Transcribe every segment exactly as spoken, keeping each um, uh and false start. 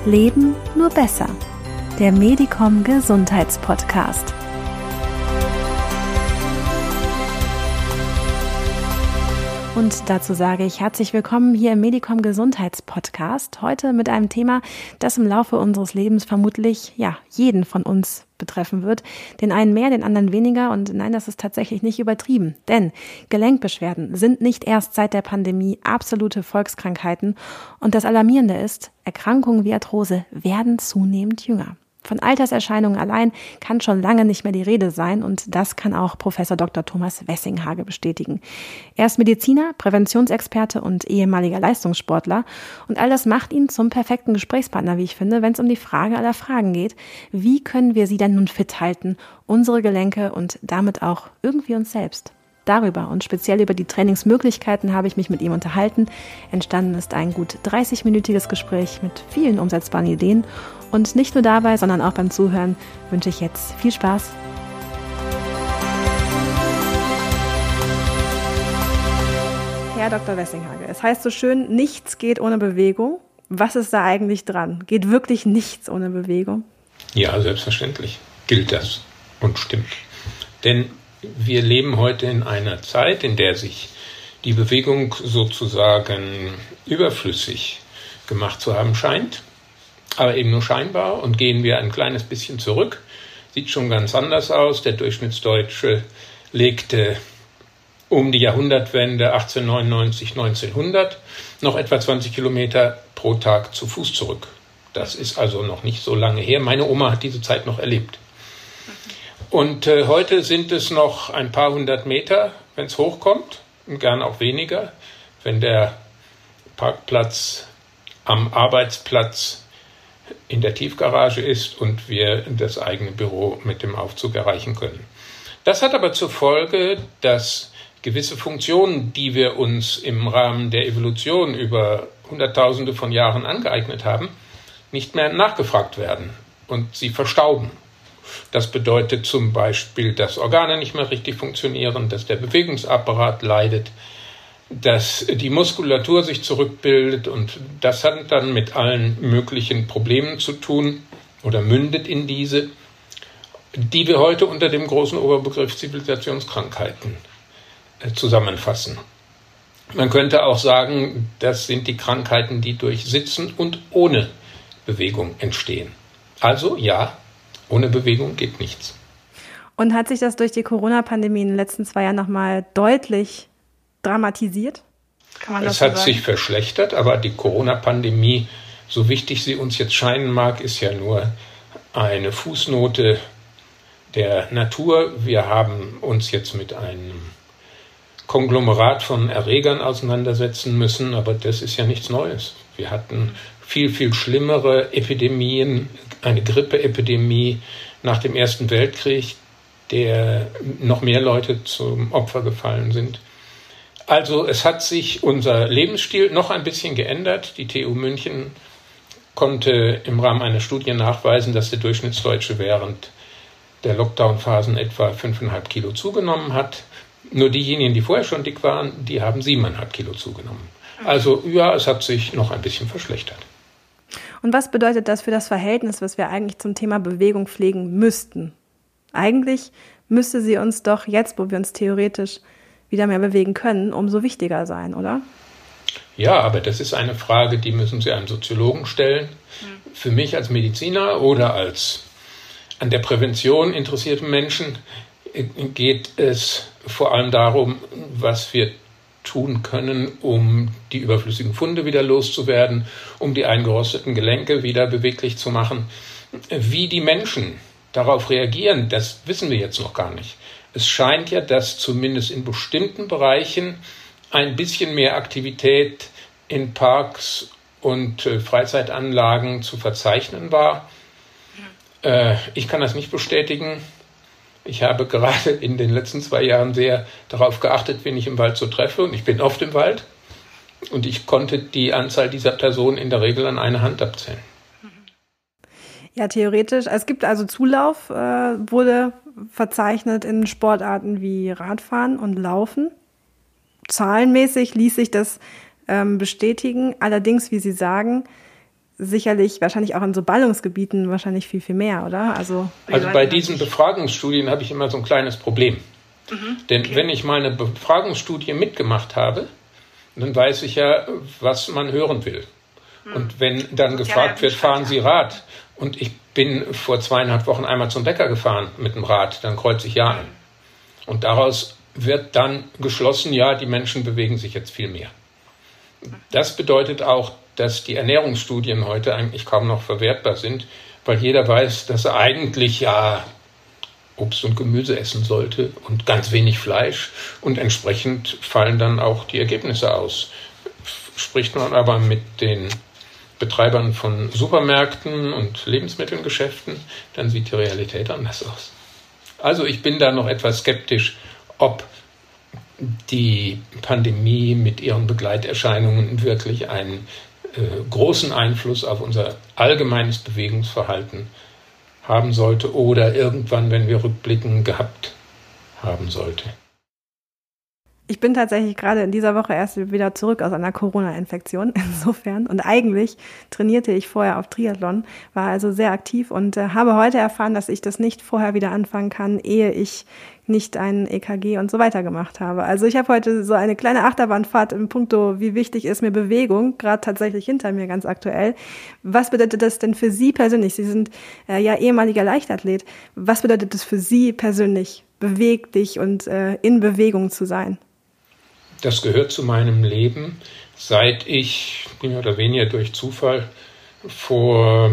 Leben nur besser. Der Medicom Gesundheitspodcast. Und dazu sage ich herzlich willkommen hier im Medicom Gesundheitspodcast. Heute mit einem Thema, das im Laufe unseres Lebens vermutlich ja jeden von uns betreffen wird. Den einen mehr, den anderen weniger. Und nein, das ist tatsächlich nicht übertrieben. Denn Gelenkbeschwerden sind nicht erst seit der Pandemie absolute Volkskrankheiten. Und das Alarmierende ist, Erkrankungen wie Arthrose werden zunehmend jünger. Von Alterserscheinungen allein kann schon lange nicht mehr die Rede sein und das kann auch Professor Doktor Thomas Wessinghage bestätigen. Er ist Mediziner, Präventionsexperte und ehemaliger Leistungssportler und all das macht ihn zum perfekten Gesprächspartner, wie ich finde, wenn es um die Frage aller Fragen geht. Wie können wir sie denn nun fit halten, unsere Gelenke und damit auch irgendwie uns selbst? Darüber und speziell über die Trainingsmöglichkeiten habe ich mich mit ihm unterhalten. Entstanden ist ein gut dreißig-minütiges Gespräch mit vielen umsetzbaren Ideen. Und nicht nur dabei, sondern auch beim Zuhören wünsche ich jetzt viel Spaß. Herr Doktor Wessinghage, es heißt so schön, nichts geht ohne Bewegung. Was ist da eigentlich dran? Geht wirklich nichts ohne Bewegung? Ja, selbstverständlich gilt das und stimmt. Denn wir leben heute in einer Zeit, in der sich die Bewegung sozusagen überflüssig gemacht zu haben scheint, aber eben nur scheinbar. Und gehen wir ein kleines bisschen zurück, sieht schon ganz anders aus. Der Durchschnittsdeutsche legte um die Jahrhundertwende achtzehnhundertneunundneunzig, neunzehnhundert noch etwa zwanzig Kilometer pro Tag zu Fuß zurück. Das ist also noch nicht so lange her. Meine Oma hat diese Zeit noch erlebt. Und äh, heute sind es noch ein paar hundert Meter, wenn es hochkommt, und gern auch weniger, wenn der Parkplatz am Arbeitsplatz in der Tiefgarage ist und wir das eigene Büro mit dem Aufzug erreichen können. Das hat aber zur Folge, dass gewisse Funktionen, die wir uns im Rahmen der Evolution über Hunderttausende von Jahren angeeignet haben, nicht mehr nachgefragt werden und sie verstauben. Das bedeutet zum Beispiel, dass Organe nicht mehr richtig funktionieren, dass der Bewegungsapparat leidet, dass die Muskulatur sich zurückbildet und das hat dann mit allen möglichen Problemen zu tun oder mündet in diese, die wir heute unter dem großen Oberbegriff Zivilisationskrankheiten zusammenfassen. Man könnte auch sagen, das sind die Krankheiten, die durch Sitzen und ohne Bewegung entstehen. Also ja, ohne Bewegung geht nichts. Und hat sich das durch die Corona-Pandemie in den letzten zwei Jahren nochmal deutlich dramatisiert? Kann man das so sagen? Es hat sich verschlechtert, aber die Corona-Pandemie, so wichtig sie uns jetzt scheinen mag, ist ja nur eine Fußnote der Natur. Wir haben uns jetzt mit einem Konglomerat von Erregern auseinandersetzen müssen, aber das ist ja nichts Neues. Wir hatten viel, viel schlimmere Epidemien, eine Grippeepidemie nach dem Ersten Weltkrieg, der noch mehr Leute zum Opfer gefallen sind. Also es hat sich unser Lebensstil noch ein bisschen geändert. Die T U München konnte im Rahmen einer Studie nachweisen, dass der Durchschnittsdeutsche während der Lockdown-Phasen etwa fünfeinhalb Kilo zugenommen hat. Nur diejenigen, die vorher schon dick waren, die haben siebeneinhalb Kilo zugenommen. Also ja, es hat sich noch ein bisschen verschlechtert. Und was bedeutet das für das Verhältnis, was wir eigentlich zum Thema Bewegung pflegen müssten? Eigentlich müsste sie uns doch jetzt, wo wir uns theoretisch wieder mehr bewegen können, umso wichtiger sein, oder? Ja, aber das ist eine Frage, die müssen Sie einem Soziologen stellen. Für mich als Mediziner oder als an der Prävention interessierten Menschen geht es vor allem darum, was wir tun können, um die überflüssigen Funde wieder loszuwerden, um die eingerosteten Gelenke wieder beweglich zu machen. Wie die Menschen darauf reagieren, das wissen wir jetzt noch gar nicht. Es scheint ja, dass zumindest in bestimmten Bereichen ein bisschen mehr Aktivität in Parks und äh, Freizeitanlagen zu verzeichnen war. Äh, ich kann das nicht bestätigen. Ich habe gerade in den letzten zwei Jahren sehr darauf geachtet, wen ich im Wald so treffe. Und ich bin oft im Wald. Und ich konnte die Anzahl dieser Personen in der Regel an einer Hand abzählen. Ja, theoretisch. Es gibt also Zulauf, äh, wurde verzeichnet in Sportarten wie Radfahren und Laufen. Zahlenmäßig ließ sich das ähm, bestätigen. Allerdings, wie Sie sagen, sicherlich wahrscheinlich auch in so Ballungsgebieten wahrscheinlich viel, viel mehr, oder? Also, also bei diesen Befragungsstudien habe ich immer so ein kleines Problem. Mhm, Denn okay. wenn ich mal eine Befragungsstudie mitgemacht habe, dann weiß ich ja, was man hören will. Mhm. Und wenn dann gefragt wird, fahren Sie Rad? Und ich bin vor zweieinhalb Wochen einmal zum Bäcker gefahren mit dem Rad, dann kreuze ich Ja ein. Und daraus wird dann geschlossen, ja, die Menschen bewegen sich jetzt viel mehr. Das bedeutet auch, dass die Ernährungsstudien heute eigentlich kaum noch verwertbar sind, weil jeder weiß, dass er eigentlich ja Obst und Gemüse essen sollte und ganz wenig Fleisch. Und entsprechend fallen dann auch die Ergebnisse aus. Spricht man aber mit den Betreibern von Supermärkten und Lebensmittelgeschäften, dann sieht die Realität anders aus. Also ich bin da noch etwas skeptisch, ob die Pandemie mit ihren Begleiterscheinungen wirklich einen äh, großen Einfluss auf unser allgemeines Bewegungsverhalten haben sollte oder irgendwann, wenn wir rückblicken, gehabt haben sollte. Ich bin tatsächlich gerade in dieser Woche erst wieder zurück aus einer Corona-Infektion, insofern. Und eigentlich trainierte ich vorher auf Triathlon, war also sehr aktiv und äh, habe heute erfahren, dass ich das nicht vorher wieder anfangen kann, ehe ich nicht ein E K G und so weiter gemacht habe. Also ich habe heute so eine kleine Achterbahnfahrt im Punkto, wie wichtig ist mir Bewegung, gerade tatsächlich hinter mir ganz aktuell. Was bedeutet das denn für Sie persönlich? Sie sind äh, ja ehemaliger Leichtathlet. Was bedeutet das für Sie persönlich, beweglich und äh, in Bewegung zu sein? Das gehört zu meinem Leben, seit ich, mehr oder weniger durch Zufall, vor,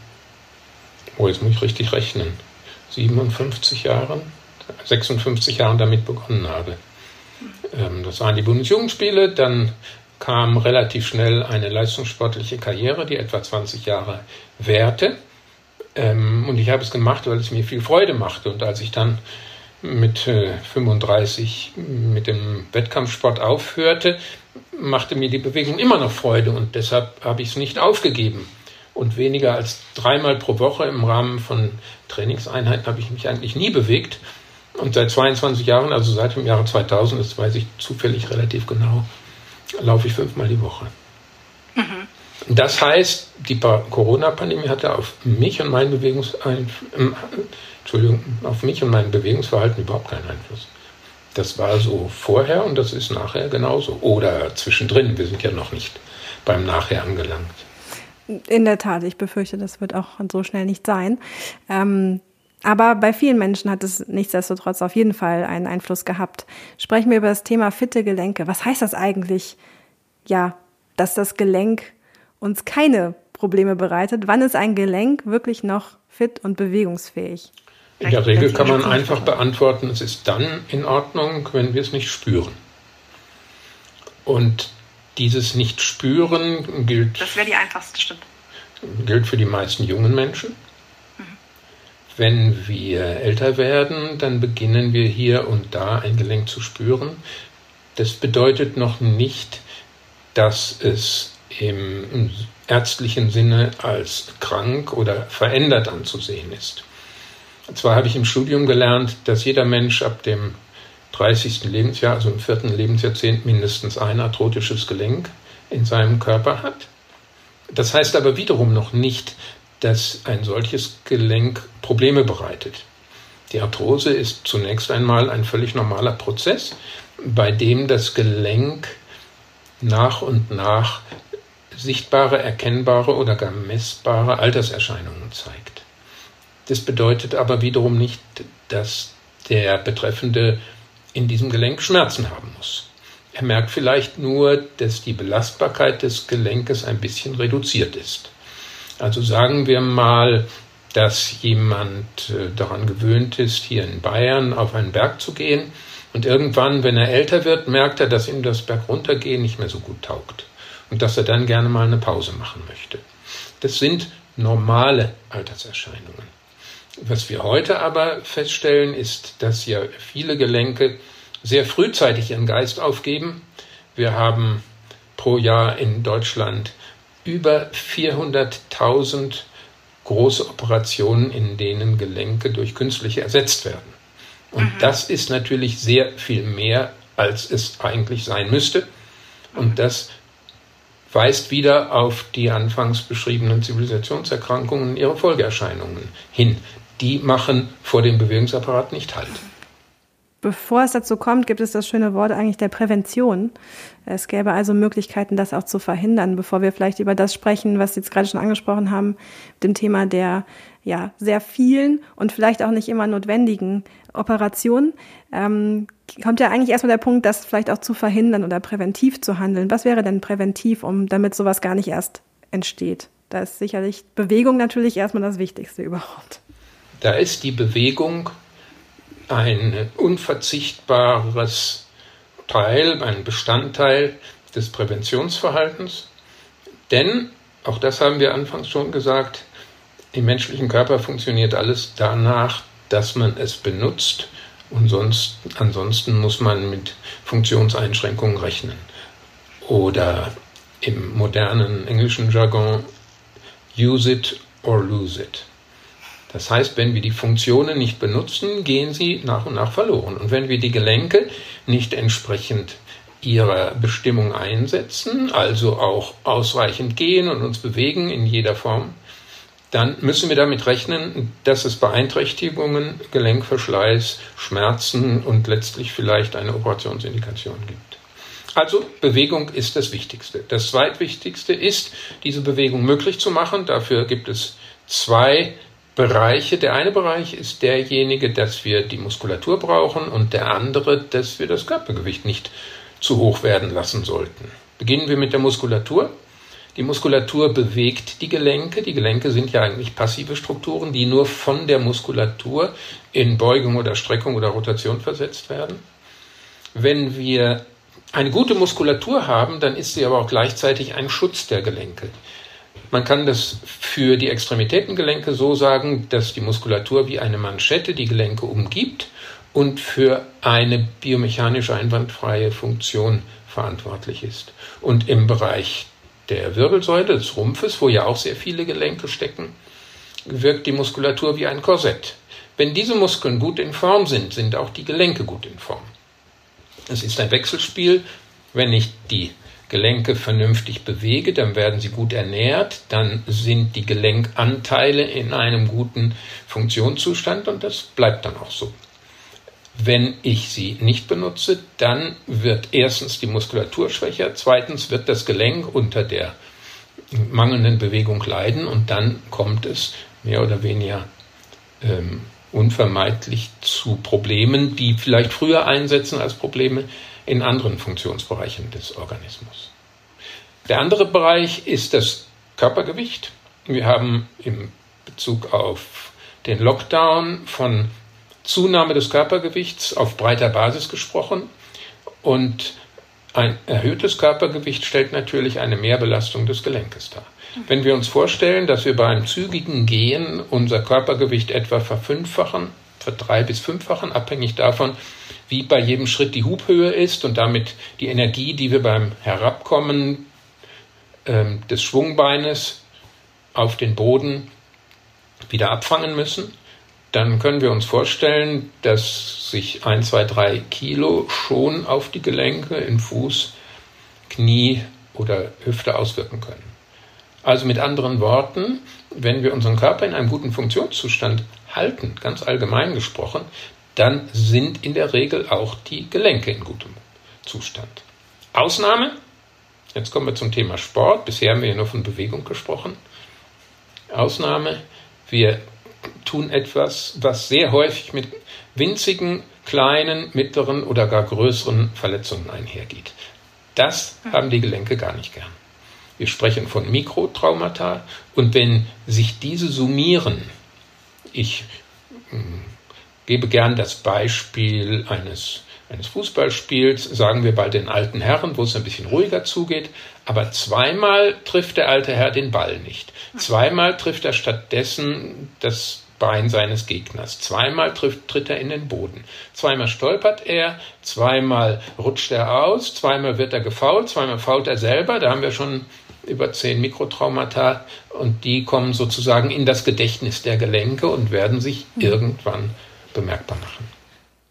oh, jetzt muss ich richtig rechnen, siebenundfünfzig Jahren, sechsundfünfzig Jahren damit begonnen habe. Das waren die Bundesjugendspiele, dann kam relativ schnell eine leistungssportliche Karriere, die etwa zwanzig Jahre währte. Und ich habe es gemacht, weil es mir viel Freude machte. Und als ich dann mit fünfunddreißig mit dem Wettkampfsport aufhörte, machte mir die Bewegung immer noch Freude und deshalb habe ich es nicht aufgegeben. Und weniger als dreimal pro Woche im Rahmen von Trainingseinheiten habe ich mich eigentlich nie bewegt. Und seit zweiundzwanzig Jahren, also seit dem Jahre zweitausend, das weiß ich zufällig relativ genau, laufe ich fünfmal die Woche. Mhm. Das heißt, die Corona-Pandemie hatte auf mich und mein Bewegungsein- Entschuldigung, auf mich und mein Bewegungsverhalten überhaupt keinen Einfluss. Das war so vorher und das ist nachher genauso. Oder zwischendrin, wir sind ja noch nicht beim Nachher angelangt. In der Tat, ich befürchte, das wird auch so schnell nicht sein. Ähm, aber bei vielen Menschen hat es nichtsdestotrotz auf jeden Fall einen Einfluss gehabt. Sprechen wir über das Thema fitte Gelenke. Was heißt das eigentlich? Ja, dass das Gelenk uns keine Probleme bereitet. Wann ist ein Gelenk wirklich noch fit und bewegungsfähig? In der Regel kann man einfach beantworten, es ist dann in Ordnung, wenn wir es nicht spüren. Und dieses Nicht-Spüren gilt, das wäre die einfachste, stimmt. gilt für die meisten jungen Menschen. Mhm. Wenn wir älter werden, dann beginnen wir hier und da ein Gelenk zu spüren. Das bedeutet noch nicht, dass es im ärztlichen Sinne als krank oder verändert anzusehen ist. Und zwar habe ich im Studium gelernt, dass jeder Mensch ab dem dreißigsten Lebensjahr, also im vierten Lebensjahrzehnt, mindestens ein arthrotisches Gelenk in seinem Körper hat. Das heißt aber wiederum noch nicht, dass ein solches Gelenk Probleme bereitet. Die Arthrose ist zunächst einmal ein völlig normaler Prozess, bei dem das Gelenk nach und nach sichtbare, erkennbare oder gar messbare Alterserscheinungen zeigt. Das bedeutet aber wiederum nicht, dass der Betreffende in diesem Gelenk Schmerzen haben muss. Er merkt vielleicht nur, dass die Belastbarkeit des Gelenkes ein bisschen reduziert ist. Also sagen wir mal, dass jemand daran gewöhnt ist, hier in Bayern auf einen Berg zu gehen und irgendwann, wenn er älter wird, merkt er, dass ihm das Berguntergehen nicht mehr so gut taugt und dass er dann gerne mal eine Pause machen möchte. Das sind normale Alterserscheinungen. Was wir heute aber feststellen, ist, dass ja viele Gelenke sehr frühzeitig ihren Geist aufgeben. Wir haben pro Jahr in Deutschland über vierhunderttausend große Operationen, in denen Gelenke durch künstliche ersetzt werden. Und mhm. das ist natürlich sehr viel mehr, als es eigentlich sein müsste. Und das weist wieder auf die anfangs beschriebenen Zivilisationserkrankungen und ihre Folgeerscheinungen hin. Die machen vor dem Bewegungsapparat nicht Halt. Bevor es dazu kommt, gibt es das schöne Wort eigentlich der Prävention. Es gäbe also Möglichkeiten, das auch zu verhindern, bevor wir vielleicht über das sprechen, was Sie jetzt gerade schon angesprochen haben, dem Thema der ja sehr vielen und vielleicht auch nicht immer notwendigen Operationen. Ähm, kommt ja eigentlich erstmal der Punkt, das vielleicht auch zu verhindern oder präventiv zu handeln. Was wäre denn präventiv, um damit sowas gar nicht erst entsteht? Da ist sicherlich Bewegung natürlich erstmal das Wichtigste überhaupt. Da ist die Bewegung ein unverzichtbares Teil, ein Bestandteil des Präventionsverhaltens. Denn, auch das haben wir anfangs schon gesagt, im menschlichen Körper funktioniert alles danach, dass man es benutzt. Und sonst, ansonsten muss man mit Funktionseinschränkungen rechnen. Oder im modernen englischen Jargon, use it or lose it. Das heißt, wenn wir die Funktionen nicht benutzen, gehen sie nach und nach verloren. Und wenn wir die Gelenke nicht entsprechend ihrer Bestimmung einsetzen, also auch ausreichend gehen und uns bewegen in jeder Form, dann müssen wir damit rechnen, dass es Beeinträchtigungen, Gelenkverschleiß, Schmerzen und letztlich vielleicht eine Operationsindikation gibt. Also Bewegung ist das Wichtigste. Das Zweitwichtigste ist, diese Bewegung möglich zu machen. Dafür gibt es zwei Bereiche. Der eine Bereich ist derjenige, dass wir die Muskulatur brauchen und der andere, dass wir das Körpergewicht nicht zu hoch werden lassen sollten. Beginnen wir mit der Muskulatur. Die Muskulatur bewegt die Gelenke. Die Gelenke sind ja eigentlich passive Strukturen, die nur von der Muskulatur in Beugung oder Streckung oder Rotation versetzt werden. Wenn wir eine gute Muskulatur haben, dann ist sie aber auch gleichzeitig ein Schutz der Gelenke. Man kann das für die Extremitätengelenke so sagen, dass die Muskulatur wie eine Manschette die Gelenke umgibt und für eine biomechanisch einwandfreie Funktion verantwortlich ist. Und im Bereich der Wirbelsäule, des Rumpfes, wo ja auch sehr viele Gelenke stecken, wirkt die Muskulatur wie ein Korsett. Wenn diese Muskeln gut in Form sind, sind auch die Gelenke gut in Form. Es ist ein Wechselspiel. Wenn ich die Gelenke vernünftig bewege, dann werden sie gut ernährt, dann sind die Gelenkanteile in einem guten Funktionszustand und das bleibt dann auch so. Wenn ich sie nicht benutze, dann wird erstens die Muskulatur schwächer, zweitens wird das Gelenk unter der mangelnden Bewegung leiden und dann kommt es mehr oder weniger ähm, unvermeidlich zu Problemen, die vielleicht früher einsetzen als Probleme in anderen Funktionsbereichen des Organismus. Der andere Bereich ist das Körpergewicht. Wir haben im Bezug auf den Lockdown von Zunahme des Körpergewichts auf breiter Basis gesprochen und ein erhöhtes Körpergewicht stellt natürlich eine Mehrbelastung des Gelenkes dar. Wenn wir uns vorstellen, dass wir bei einem zügigen Gehen unser Körpergewicht etwa verfünffachen, verdrei- bis fünffachen, abhängig davon, wie bei jedem Schritt die Hubhöhe ist und damit die Energie, die wir beim Herabkommen ähm, des Schwungbeines auf den Boden wieder abfangen müssen, dann können wir uns vorstellen, dass sich ein, zwei, drei Kilo schon auf die Gelenke in Fuß, Knie oder Hüfte auswirken können. Also mit anderen Worten, wenn wir unseren Körper in einem guten Funktionszustand halten, ganz allgemein gesprochen, dann sind in der Regel auch die Gelenke in gutem Zustand. Ausnahme, jetzt kommen wir zum Thema Sport, bisher haben wir ja nur von Bewegung gesprochen. Ausnahme, wir tun etwas, was sehr häufig mit winzigen, kleinen, mittleren oder gar größeren Verletzungen einhergeht. Das haben die Gelenke gar nicht gern. Wir sprechen von Mikrotraumata und wenn sich diese summieren, ich mh, gebe gern das Beispiel eines, eines Fußballspiels, sagen wir bei den alten Herren, wo es ein bisschen ruhiger zugeht, aber zweimal trifft der alte Herr den Ball nicht. Zweimal trifft er stattdessen das Bein seines Gegners. Zweimal trifft, tritt er in den Boden. Zweimal stolpert er, zweimal rutscht er aus, zweimal wird er gefoult, zweimal foult er selber. Da haben wir schon über zehn Mikrotraumata und die kommen sozusagen in das Gedächtnis der Gelenke und werden sich irgendwann bemerkbar machen.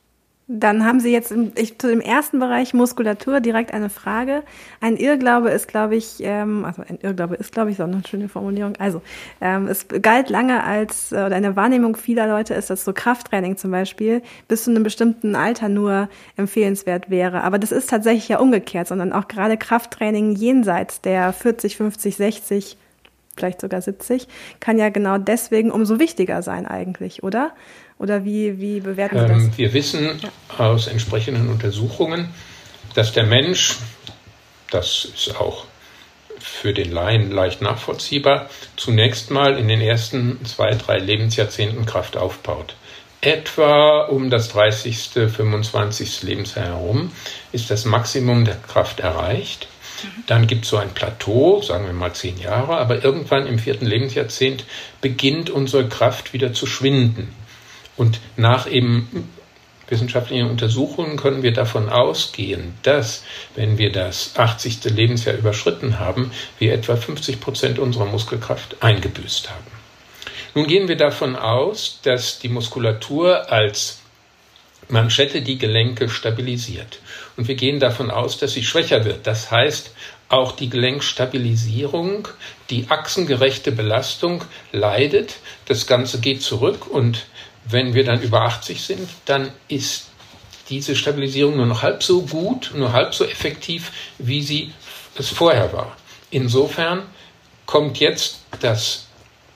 Dann haben Sie jetzt im, ich, zu dem ersten Bereich Muskulatur direkt eine Frage. Ein Irrglaube ist, glaube ich, ähm, also ein Irrglaube ist, glaube ich, so eine schöne Formulierung. Also ähm, es galt lange als, oder eine Wahrnehmung vieler Leute ist, dass so Krafttraining zum Beispiel bis zu einem bestimmten Alter nur empfehlenswert wäre. Aber das ist tatsächlich ja umgekehrt, sondern auch gerade Krafttraining jenseits der vierzig, fünfzig, sechzig, vielleicht sogar siebzig, kann ja genau deswegen umso wichtiger sein eigentlich, oder? Oder wie, wie bewerten Sie das? Ähm, wir wissen ja. aus entsprechenden Untersuchungen, dass der Mensch, das ist auch für den Laien leicht nachvollziehbar, zunächst mal in den ersten zwei, drei Lebensjahrzehnten Kraft aufbaut. Etwa um das dreißigste, fünfundzwanzigste Lebensjahr herum ist das Maximum der Kraft erreicht. Dann gibt es so ein Plateau, sagen wir mal zehn Jahre, aber irgendwann im vierten Lebensjahrzehnt beginnt unsere Kraft wieder zu schwinden. Und nach eben wissenschaftlichen Untersuchungen können wir davon ausgehen, dass, wenn wir das achtzigste Lebensjahr überschritten haben, wir etwa fünfzig Prozent unserer Muskelkraft eingebüßt haben. Nun gehen wir davon aus, dass die Muskulatur als Manschette die Gelenke stabilisiert. Und wir gehen davon aus, dass sie schwächer wird. Das heißt, auch die Gelenkstabilisierung, die achsengerechte Belastung leidet. Das Ganze geht zurück und wenn wir dann über achtzig sind, dann ist diese Stabilisierung nur noch halb so gut, nur halb so effektiv, wie sie es vorher war. Insofern kommt jetzt das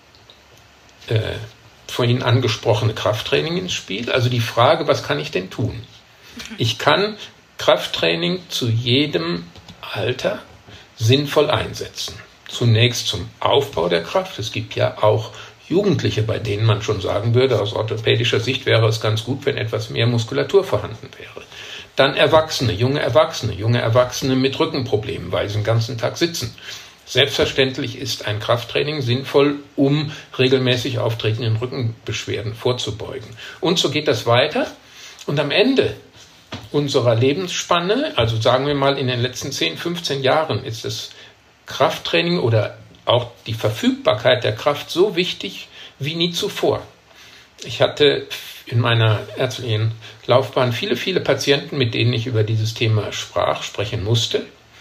äh, von Ihnen angesprochene Krafttraining ins Spiel. Also die Frage, was kann ich denn tun? Ich kann Krafttraining zu jedem Alter sinnvoll einsetzen. Zunächst zum Aufbau der Kraft. Es gibt ja auch Jugendliche, bei denen man schon sagen würde, aus orthopädischer Sicht wäre es ganz gut, wenn etwas mehr Muskulatur vorhanden wäre. Dann Erwachsene, junge Erwachsene, junge Erwachsene mit Rückenproblemen, weil sie den ganzen Tag sitzen. Selbstverständlich ist ein Krafttraining sinnvoll, um regelmäßig auftretenden Rückenbeschwerden vorzubeugen. Und so geht das weiter. Und am Ende unserer Lebensspanne, also sagen wir mal in den letzten zehn, fünfzehn Jahren, ist das Krafttraining oder auch die Verfügbarkeit der Kraft so wichtig wie nie zuvor. Ich hatte in meiner ärztlichen Laufbahn viele, viele Patienten, mit denen ich über dieses Thema sprach, sprechen musste.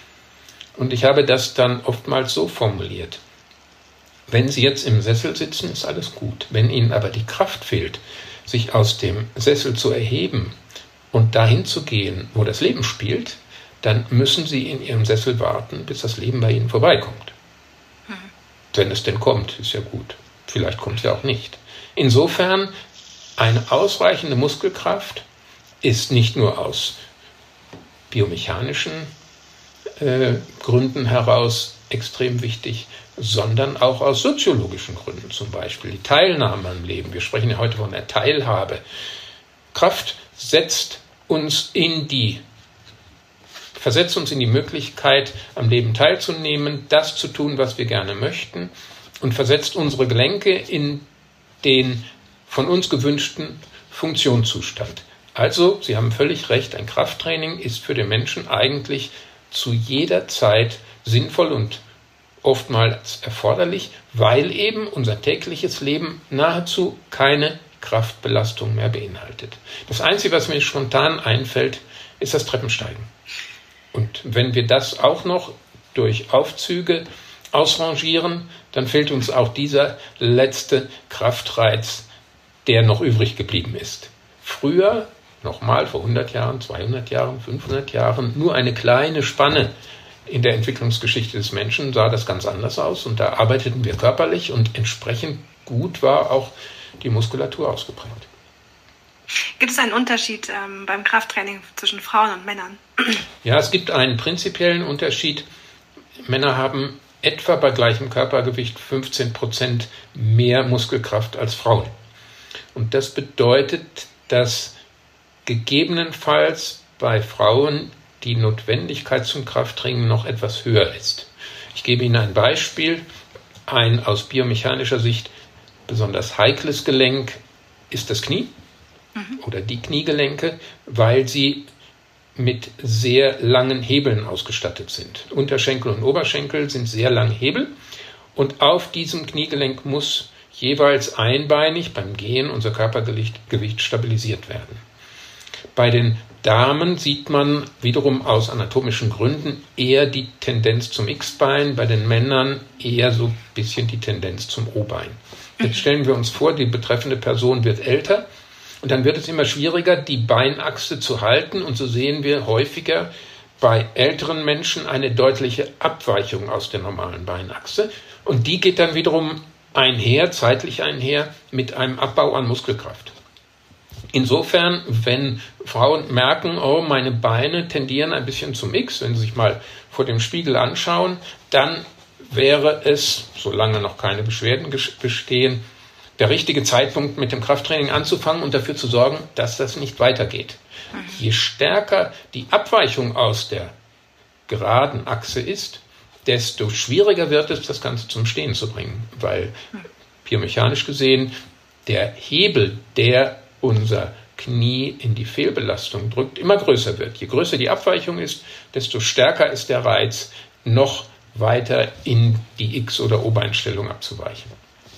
Und ich habe das dann oftmals so formuliert: Wenn Sie jetzt im Sessel sitzen, ist alles gut. Wenn Ihnen aber die Kraft fehlt, sich aus dem Sessel zu erheben und dahin zu gehen, wo das Leben spielt, dann müssen Sie in Ihrem Sessel warten, bis das Leben bei Ihnen vorbeikommt. Wenn es denn kommt, ist ja gut. Vielleicht kommt es ja auch nicht. Insofern, eine ausreichende Muskelkraft ist nicht nur aus biomechanischen äh, Gründen heraus extrem wichtig, sondern auch aus soziologischen Gründen, zum Beispiel die Teilnahme am Leben. Wir sprechen ja heute von der Teilhabe. Kraft setzt uns in die versetzt uns in die Möglichkeit, am Leben teilzunehmen, das zu tun, was wir gerne möchten, und versetzt unsere Gelenke in den von uns gewünschten Funktionszustand. Also, Sie haben völlig recht, ein Krafttraining ist für den Menschen eigentlich zu jeder Zeit sinnvoll und oftmals erforderlich, weil eben unser tägliches Leben nahezu keine Kraftbelastung mehr beinhaltet. Das Einzige, was mir spontan einfällt, ist das Treppensteigen. Und wenn wir das auch noch durch Aufzüge ausrangieren, dann fehlt uns auch dieser letzte Kraftreiz, der noch übrig geblieben ist. Früher, nochmal vor hundert Jahren, zweihundert Jahren, fünfhundert Jahren, nur eine kleine Spanne in der Entwicklungsgeschichte des Menschen sah das ganz anders aus. Und da arbeiteten wir körperlich und entsprechend gut war auch die Muskulatur ausgeprägt. Gibt es einen Unterschied ähm, beim Krafttraining zwischen Frauen und Männern? Ja, es gibt einen prinzipiellen Unterschied. Männer haben etwa bei gleichem Körpergewicht fünfzehn Prozent mehr Muskelkraft als Frauen. Und das bedeutet, dass gegebenenfalls bei Frauen die Notwendigkeit zum Krafttraining noch etwas höher ist. Ich gebe Ihnen ein Beispiel. Ein aus biomechanischer Sicht besonders heikles Gelenk ist das Knie mhm. oder die Kniegelenke, weil sie mit sehr langen Hebeln ausgestattet sind. Unterschenkel und Oberschenkel sind sehr lange Hebel und auf diesem Kniegelenk muss jeweils einbeinig beim Gehen unser Körpergewicht Gewicht stabilisiert werden. Bei den Damen sieht man wiederum aus anatomischen Gründen eher die Tendenz zum X-Bein, bei den Männern eher so ein bisschen die Tendenz zum O-Bein. Jetzt stellen wir uns vor, die betreffende Person wird älter und dann wird es immer schwieriger, die Beinachse zu halten, und so sehen wir häufiger bei älteren Menschen eine deutliche Abweichung aus der normalen Beinachse, und die geht dann wiederum einher, zeitlich einher, mit einem Abbau an Muskelkraft. Insofern, wenn Frauen merken, oh, meine Beine tendieren ein bisschen zum X, wenn sie sich mal vor dem Spiegel anschauen, dann wäre es, solange noch keine Beschwerden bestehen, der richtige Zeitpunkt, mit dem Krafttraining anzufangen und dafür zu sorgen, dass das nicht weitergeht. Je stärker die Abweichung aus der geraden Achse ist, desto schwieriger wird es, das Ganze zum Stehen zu bringen, weil biomechanisch gesehen der Hebel, der unser Knie in die Fehlbelastung drückt, immer größer wird. Je größer die Abweichung ist, desto stärker ist der Reiz, noch weiter in die X- oder O-Beinstellung abzuweichen.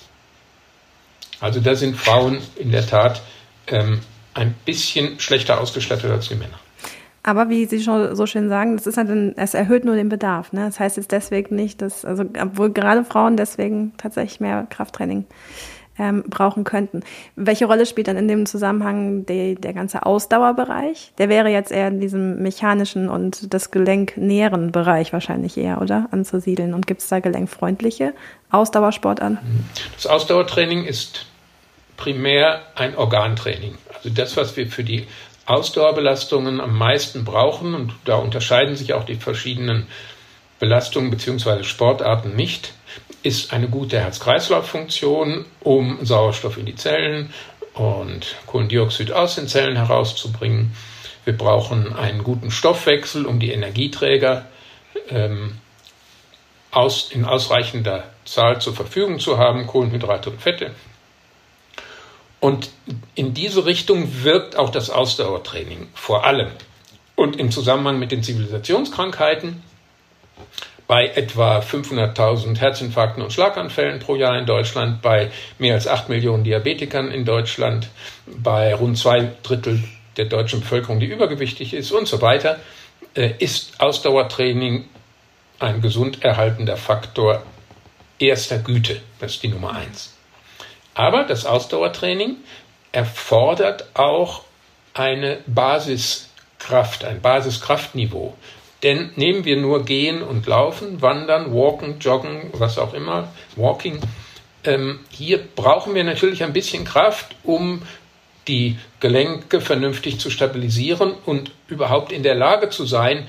Also da sind Frauen in der Tat ähm, ein bisschen schlechter ausgestattet als die Männer. Aber wie Sie schon so schön sagen, das ist halt ein, es erhöht nur den Bedarf. Ne? Das heißt jetzt deswegen nicht, dass, also obwohl gerade Frauen deswegen tatsächlich mehr Krafttraining ähm, brauchen könnten. Welche Rolle spielt dann in dem Zusammenhang die, der ganze Ausdauerbereich? Der wäre jetzt eher in diesem mechanischen und das gelenknäheren Bereich wahrscheinlich eher, oder? Anzusiedeln. Und gibt es da gelenkfreundliche Ausdauersport an? Das Ausdauertraining ist primär ein Organtraining. Also das, was wir für die Ausdauerbelastungen am meisten brauchen, und da unterscheiden sich auch die verschiedenen Belastungen bzw. Sportarten nicht, ist eine gute Herz-Kreislauf-Funktion, um Sauerstoff in die Zellen und Kohlendioxid aus den Zellen herauszubringen. Wir brauchen einen guten Stoffwechsel, um die Energieträger ähm, aus, in ausreichender Zahl zur Verfügung zu haben, Kohlenhydrate und Fette. Und in diese Richtung wirkt auch das Ausdauertraining vor allem. Und im Zusammenhang mit den Zivilisationskrankheiten, bei etwa fünfhunderttausend Herzinfarkten und Schlaganfällen pro Jahr in Deutschland, bei mehr als acht Millionen Diabetikern in Deutschland, bei rund zwei Drittel der deutschen Bevölkerung, die übergewichtig ist und so weiter, ist Ausdauertraining ein gesund erhaltender Faktor erster Güte. Das ist die Nummer eins. Aber das Ausdauertraining erfordert auch eine Basiskraft, ein Basiskraftniveau. Denn nehmen wir nur Gehen und Laufen, Wandern, Walken, Joggen, was auch immer, Walking. Ähm, hier brauchen wir natürlich ein bisschen Kraft, um die Gelenke vernünftig zu stabilisieren und überhaupt in der Lage zu sein,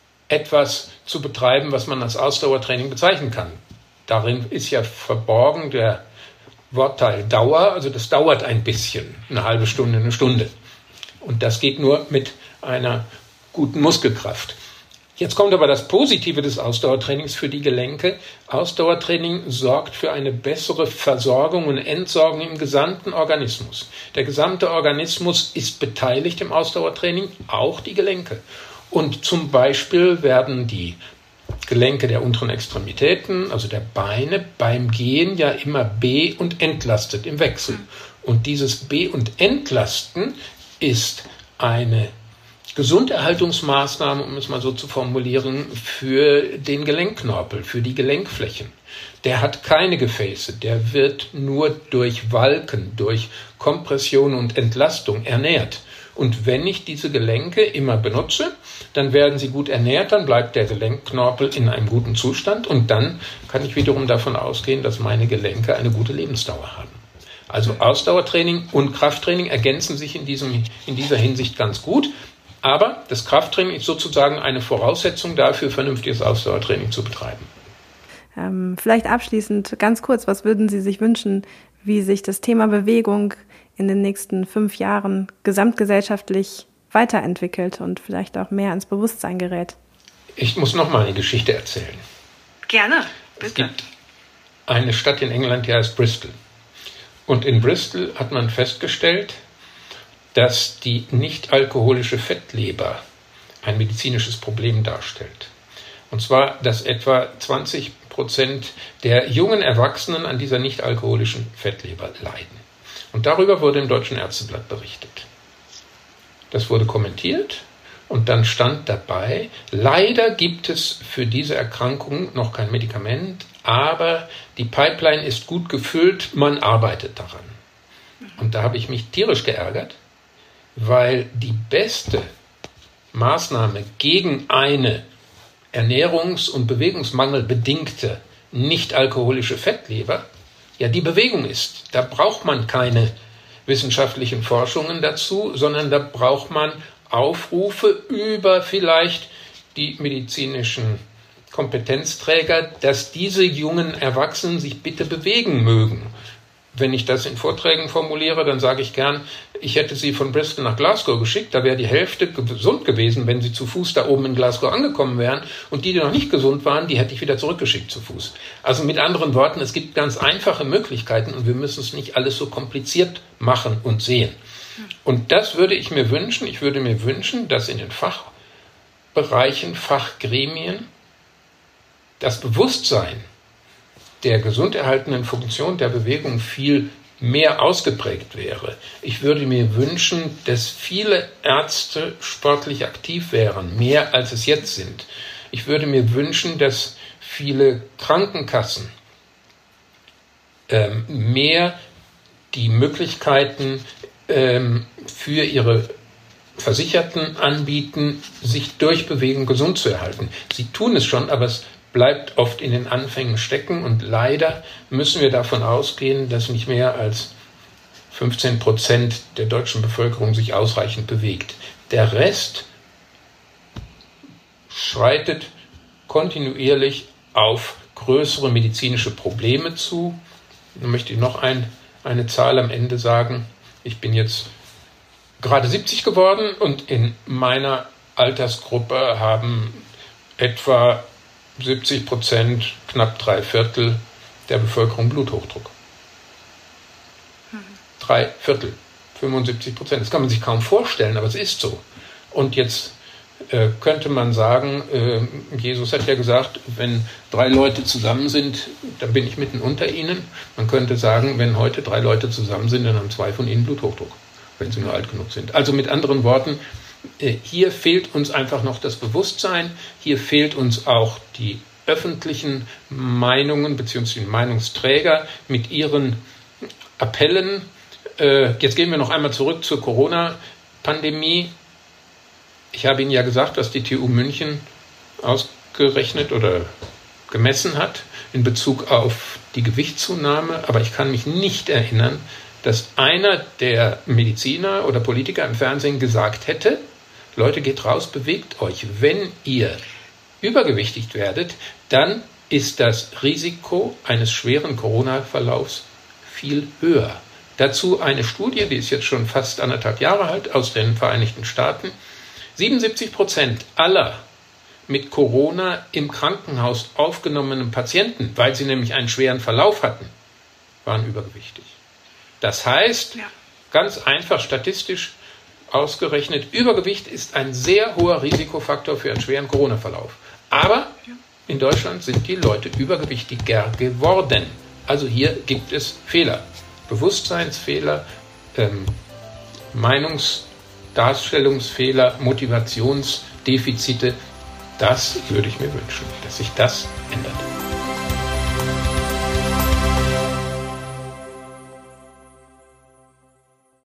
etwas zu betreiben, was man als Ausdauertraining bezeichnen kann. Darin ist ja verborgen der Wortteil Dauer, also das dauert ein bisschen, eine halbe Stunde, eine Stunde. Und das geht nur mit einer guten Muskelkraft. Jetzt kommt aber das Positive des Ausdauertrainings für die Gelenke. Ausdauertraining sorgt für eine bessere Versorgung und Entsorgung im gesamten Organismus. Der gesamte Organismus ist beteiligt im Ausdauertraining, auch die Gelenke. Und zum Beispiel werden die Gelenke der unteren Extremitäten, also der Beine, beim Gehen ja immer be- und entlastet im Wechsel. Und dieses Be- und Entlasten ist eine Gesunderhaltungsmaßnahme, um es mal so zu formulieren, für den Gelenkknorpel, für die Gelenkflächen. Der hat keine Gefäße, der wird nur durch Walken, durch Kompression und Entlastung ernährt. Und wenn ich diese Gelenke immer benutze, dann werden sie gut ernährt, dann bleibt der Gelenkknorpel in einem guten Zustand und dann kann ich wiederum davon ausgehen, dass meine Gelenke eine gute Lebensdauer haben. Also Ausdauertraining und Krafttraining ergänzen sich in, diesem, in dieser Hinsicht ganz gut. Aber das Krafttraining ist sozusagen eine Voraussetzung dafür, vernünftiges Ausdauertraining zu betreiben. Ähm, vielleicht abschließend ganz kurz, was würden Sie sich wünschen, wie sich das Thema Bewegung in den nächsten fünf Jahren gesamtgesellschaftlich weiterentwickelt und vielleicht auch mehr ins Bewusstsein gerät? Ich muss noch mal eine Geschichte erzählen. Gerne, bitte. Es gibt eine Stadt in England, die heißt Bristol. Und in Bristol hat man festgestellt, dass die nicht-alkoholische Fettleber ein medizinisches Problem darstellt. Und zwar, dass etwa zwanzig Prozent der jungen Erwachsenen an dieser nicht-alkoholischen Fettleber leiden. Und darüber wurde im Deutschen Ärzteblatt berichtet. Das wurde kommentiert und dann stand dabei, leider gibt es für diese Erkrankung noch kein Medikament, aber die Pipeline ist gut gefüllt, man arbeitet daran. Und da habe ich mich tierisch geärgert, weil die beste Maßnahme gegen eine ernährungs- und bewegungsmangelbedingte nicht-alkoholische Fettleber ja die Bewegung ist. Da braucht man keine wissenschaftlichen Forschungen dazu, sondern da braucht man Aufrufe über vielleicht die medizinischen Kompetenzträger, dass diese jungen Erwachsenen sich bitte bewegen mögen. Wenn ich das in Vorträgen formuliere, dann sage ich gern, ich hätte sie von Bristol nach Glasgow geschickt, da wäre die Hälfte gesund gewesen, wenn sie zu Fuß da oben in Glasgow angekommen wären, und die, die noch nicht gesund waren, die hätte ich wieder zurückgeschickt zu Fuß. Also mit anderen Worten, es gibt ganz einfache Möglichkeiten und wir müssen es nicht alles so kompliziert machen und sehen. Und das würde ich mir wünschen. Ich würde mir wünschen, dass in den Fachbereichen, Fachgremien das Bewusstsein der gesunderhaltenden Funktion der Bewegung viel mehr ausgeprägt wäre. Ich würde mir wünschen, dass viele Ärzte sportlich aktiv wären, mehr als es jetzt sind. Ich würde mir wünschen, dass viele Krankenkassen ähm, mehr die Möglichkeiten ähm, für ihre Versicherten anbieten, sich durch Bewegung gesund zu erhalten. Sie tun es schon, aber es bleibt oft in den Anfängen stecken und leider müssen wir davon ausgehen, dass nicht mehr als fünfzehn Prozent der deutschen Bevölkerung sich ausreichend bewegt. Der Rest schreitet kontinuierlich auf größere medizinische Probleme zu. Dann möchte ich noch ein, eine Zahl am Ende sagen. Ich bin jetzt gerade siebzig geworden und in meiner Altersgruppe haben etwa siebzig Prozent, knapp drei Viertel der Bevölkerung Bluthochdruck. Drei Viertel, fünfundsiebzig Prozent. Das kann man sich kaum vorstellen, aber es ist so. Und jetzt äh, könnte man sagen, äh, Jesus hat ja gesagt, wenn drei Leute zusammen sind, dann bin ich mitten unter ihnen. Man könnte sagen, wenn heute drei Leute zusammen sind, dann haben zwei von ihnen Bluthochdruck, wenn sie nur alt genug sind. Also mit anderen Worten, hier fehlt uns einfach noch das Bewusstsein, hier fehlt uns auch die öffentlichen Meinungen bzw. die Meinungsträger mit ihren Appellen. Jetzt gehen wir noch einmal zurück zur Corona-Pandemie. Ich habe Ihnen ja gesagt, was die T U München ausgerechnet oder gemessen hat in Bezug auf die Gewichtszunahme, aber ich kann mich nicht erinnern, dass einer der Mediziner oder Politiker im Fernsehen gesagt hätte, Leute, geht raus, bewegt euch. Wenn ihr übergewichtig werdet, dann ist das Risiko eines schweren Corona-Verlaufs viel höher. Dazu eine Studie, die ist jetzt schon fast anderthalb Jahre alt, aus den Vereinigten Staaten. siebenundsiebzig Prozent aller mit Corona im Krankenhaus aufgenommenen Patienten, weil sie nämlich einen schweren Verlauf hatten, waren übergewichtig. Das heißt, ja. ganz einfach statistisch ausgerechnet, Übergewicht ist ein sehr hoher Risikofaktor für einen schweren Corona-Verlauf. Aber in Deutschland sind die Leute übergewichtiger geworden. Also hier gibt es Fehler. Bewusstseinsfehler, ähm, Meinungsdarstellungsfehler, Motivationsdefizite. Das würde ich mir wünschen, dass sich das ändert.